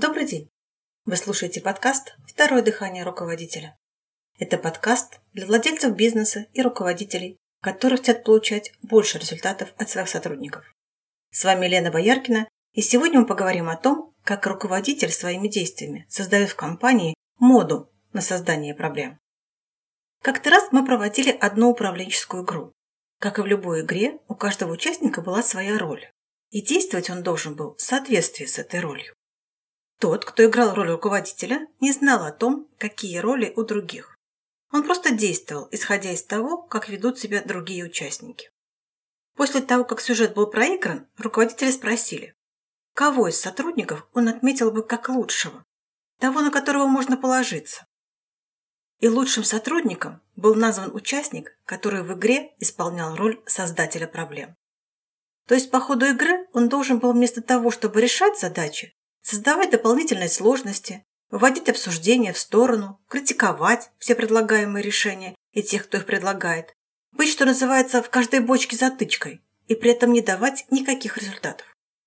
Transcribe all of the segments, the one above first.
Добрый день! Вы слушаете подкаст «Второе дыхание руководителя». Это подкаст для владельцев бизнеса и руководителей, которые хотят получать больше результатов от своих сотрудников. С вами Лена Бояркина, и сегодня мы поговорим о том, как руководитель своими действиями создает в компании моду на создание проблем. Как-то раз мы проводили одну управленческую игру. Как и в любой игре, у каждого участника была своя роль, и действовать он должен был в соответствии с этой ролью. Тот, кто играл роль руководителя, не знал о том, какие роли у других. Он просто действовал, исходя из того, как ведут себя другие участники. После того, как сюжет был проигран, руководители спросили, кого из сотрудников он отметил бы как лучшего, того, на которого можно положиться. И лучшим сотрудником был назван участник, который в игре исполнял роль создателя проблем. То есть по ходу игры он должен был вместо того, чтобы решать задачи, создавать дополнительные сложности, выводить обсуждения в сторону, критиковать все предлагаемые решения и тех, кто их предлагает, быть, что называется, в каждой бочке затычкой и при этом не давать никаких результатов.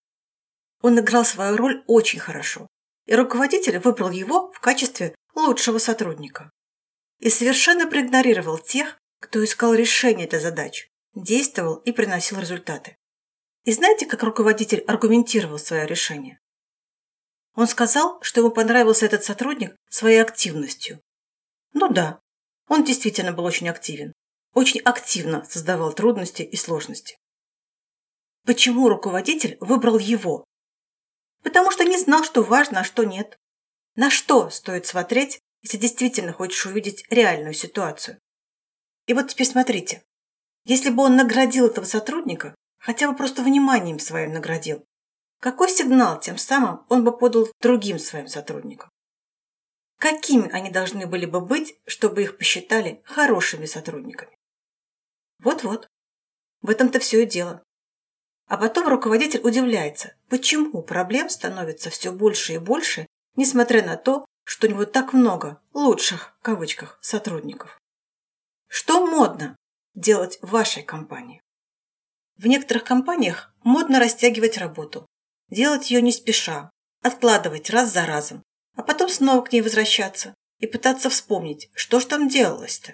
Он играл свою роль очень хорошо, и руководитель выбрал его в качестве лучшего сотрудника. И совершенно проигнорировал тех, кто искал решение этой задачи, действовал и приносил результаты. И знаете, как руководитель аргументировал свое решение? Он сказал, что ему понравился этот сотрудник своей активностью. Ну да, он действительно был очень активен. Очень активно создавал трудности и сложности. Почему руководитель выбрал его? Потому что не знал, что важно, а что нет. На что стоит смотреть, если действительно хочешь увидеть реальную ситуацию? И вот теперь смотрите. Если бы он наградил этого сотрудника, хотя бы просто вниманием своим наградил, какой сигнал тем самым он бы подал другим своим сотрудникам? Какими они должны были бы быть, чтобы их посчитали хорошими сотрудниками? Вот-вот. В этом-то все и дело. А потом руководитель удивляется, почему проблем становится все больше и больше, несмотря на то, что у него так много «лучших» в кавычках сотрудников. Что модно делать в вашей компании? В некоторых компаниях модно растягивать работу, делать ее не спеша, откладывать раз за разом, а потом снова к ней возвращаться и пытаться вспомнить, что ж там делалось-то.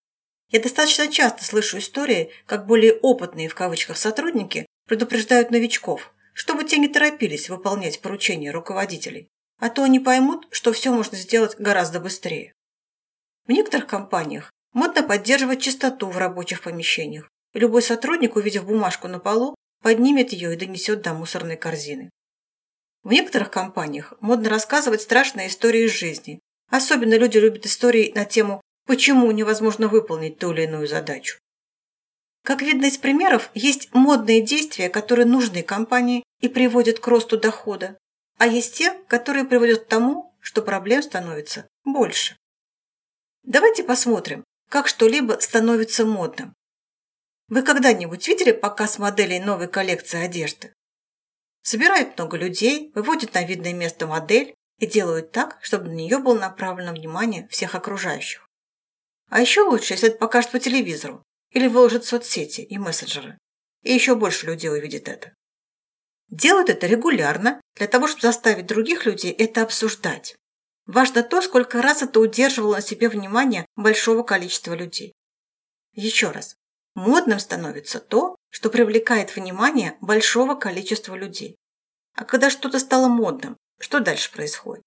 Я достаточно часто слышу истории, как более опытные в кавычках сотрудники предупреждают новичков, чтобы те не торопились выполнять поручения руководителей, а то они поймут, что все можно сделать гораздо быстрее. В некоторых компаниях модно поддерживать чистоту в рабочих помещениях, и любой сотрудник, увидев бумажку на полу, поднимет ее и донесет до мусорной корзины. В некоторых компаниях модно рассказывать страшные истории из жизни. Особенно люди любят истории на тему «почему невозможно выполнить ту или иную задачу». Как видно из примеров, есть модные действия, которые нужны компании и приводят к росту дохода, а есть те, которые приводят к тому, что проблем становится больше. Давайте посмотрим, как что-либо становится модным. Вы когда-нибудь видели показ моделей новой коллекции одежды? Собирают много людей, выводят на видное место модель и делают так, чтобы на нее было направлено внимание всех окружающих. А еще лучше, если это покажут по телевизору или выложат в соцсети и мессенджеры, и еще больше людей увидит это. Делают это регулярно, для того, чтобы заставить других людей это обсуждать. Важно то, сколько раз это удерживало на себе внимание большого количества людей. Еще раз. Модным становится то, что привлекает внимание большого количества людей. А когда что-то стало модным, что дальше происходит?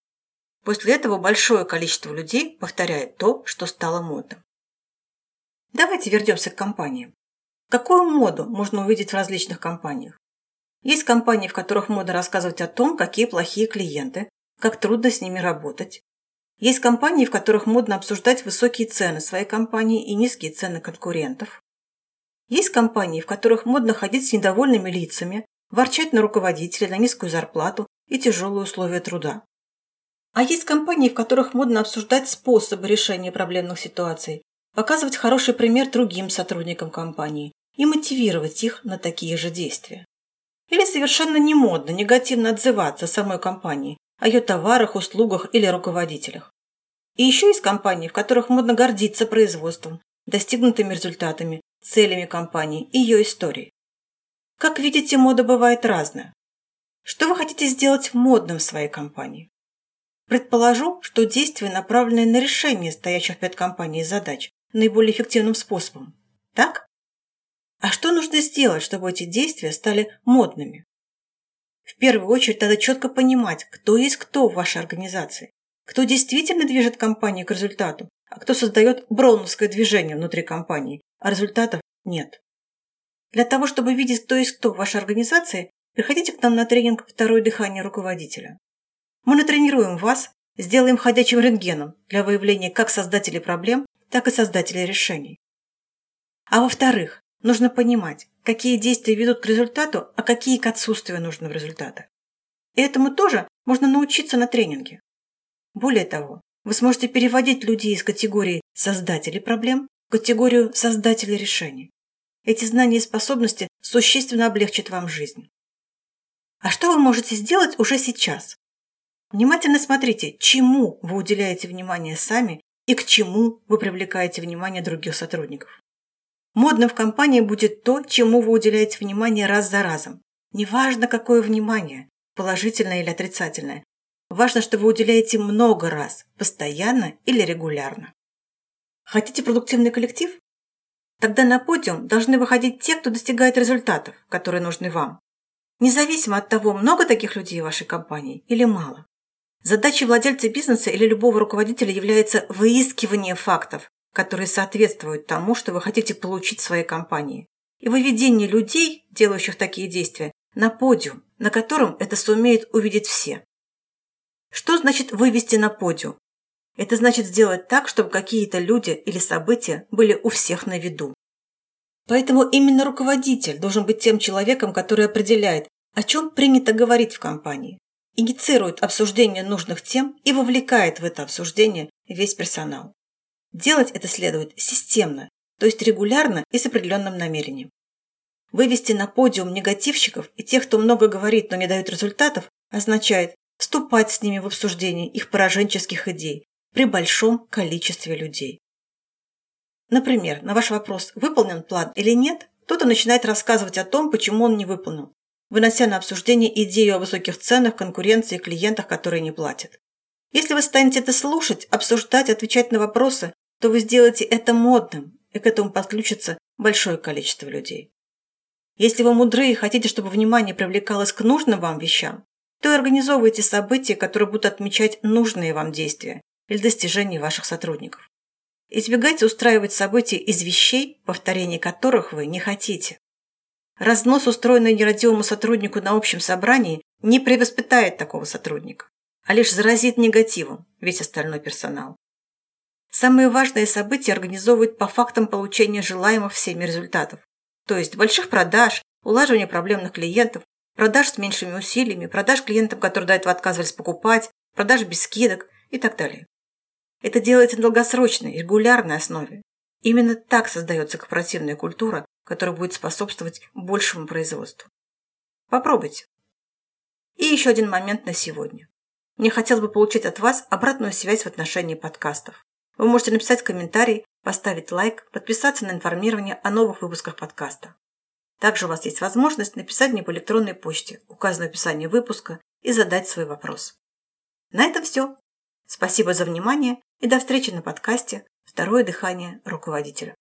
После этого большое количество людей повторяет то, что стало модным. Давайте вернемся к компаниям. Какую моду можно увидеть в различных компаниях? Есть компании, в которых модно рассказывать о том, какие плохие клиенты, как трудно с ними работать. Есть компании, в которых модно обсуждать высокие цены своей компании и низкие цены конкурентов. Есть компании, в которых модно ходить с недовольными лицами, ворчать на руководителя, на низкую зарплату и тяжелые условия труда. А есть компании, в которых модно обсуждать способы решения проблемных ситуаций, показывать хороший пример другим сотрудникам компании и мотивировать их на такие же действия. Или совершенно не модно негативно отзываться о самой компании, о ее товарах, услугах или руководителях. И еще есть компании, в которых модно гордиться производством, достигнутыми результатами, целями компании и ее историей. Как видите, мода бывает разная. Что вы хотите сделать модным в своей компании? Предположу, что действия направлены на решение стоящих перед компанией задач наиболее эффективным способом. Так? А что нужно сделать, чтобы эти действия стали модными? В первую очередь надо четко понимать, кто есть кто в вашей организации, кто действительно движет компанию к результату, а кто создает броуновское движение внутри компании, а результатов нет. Для того, чтобы видеть, кто есть кто в вашей организации, приходите к нам на тренинг «Второе дыхание руководителя». Мы натренируем вас, сделаем ходячим рентгеном для выявления как создателей проблем, так и создателей решений. А во-вторых, нужно понимать, какие действия ведут к результату, а какие к отсутствию нужного результата. И этому тоже можно научиться на тренинге. Более того, вы сможете переводить людей из категории создателей проблем в категорию создателей решений. Эти знания и способности существенно облегчат вам жизнь. А что вы можете сделать уже сейчас? Внимательно смотрите, чему вы уделяете внимание сами и к чему вы привлекаете внимание других сотрудников. Модным в компании будет то, чему вы уделяете внимание раз за разом. Неважно, какое внимание, положительное или отрицательное. Важно, что вы уделяете много раз, постоянно или регулярно. Хотите продуктивный коллектив? Тогда на подиум должны выходить те, кто достигает результатов, которые нужны вам. Независимо от того, много таких людей в вашей компании или мало. Задачей владельца бизнеса или любого руководителя является выискивание фактов, которые соответствуют тому, что вы хотите получить в своей компании, и выведение людей, делающих такие действия, на подиум, на котором это сумеют увидеть все. Что значит вывести на подиум? Это значит сделать так, чтобы какие-то люди или события были у всех на виду. Поэтому именно руководитель должен быть тем человеком, который определяет, о чем принято говорить в компании, инициирует обсуждение нужных тем и вовлекает в это обсуждение весь персонал. Делать это следует системно, то есть регулярно и с определенным намерением. Вывести на подиум негативщиков и тех, кто много говорит, но не дает результатов, означает вступать с ними в обсуждение их пораженческих идей при большом количестве людей. Например, на ваш вопрос, выполнен план или нет, кто-то начинает рассказывать о том, почему он не выполнен, вынося на обсуждение идею о высоких ценах, конкуренции и клиентах, которые не платят. Если вы станете это слушать, обсуждать, отвечать на вопросы, то вы сделаете это модным, и к этому подключится большое количество людей. Если вы мудры и хотите, чтобы внимание привлекалось к нужным вам вещам, то и организовывайте события, которые будут отмечать нужные вам действия или достижения ваших сотрудников. Избегайте устраивать события из вещей, повторения которых вы не хотите. Разнос, устроенный нерадивому сотруднику на общем собрании, не превоспитает такого сотрудника, а лишь заразит негативом весь остальной персонал. Самые важные события организовывают по фактам получения желаемых всеми результатов, то есть больших продаж, улаживания проблемных клиентов, продаж с меньшими усилиями, продаж клиентам, которые до этого отказывались покупать, продаж без скидок и так далее. Это делается на долгосрочной, регулярной основе. Именно так создается корпоративная культура, которая будет способствовать большему производству. Попробуйте. И еще один момент на сегодня. Мне хотелось бы получить от вас обратную связь в отношении подкастов. Вы можете написать комментарий, поставить лайк, подписаться на информирование о новых выпусках подкаста. Также у вас есть возможность написать мне по электронной почте, указанной в описании выпуска, и задать свой вопрос. На этом все. Спасибо за внимание и до встречи на подкасте «Второе дыхание руководителя».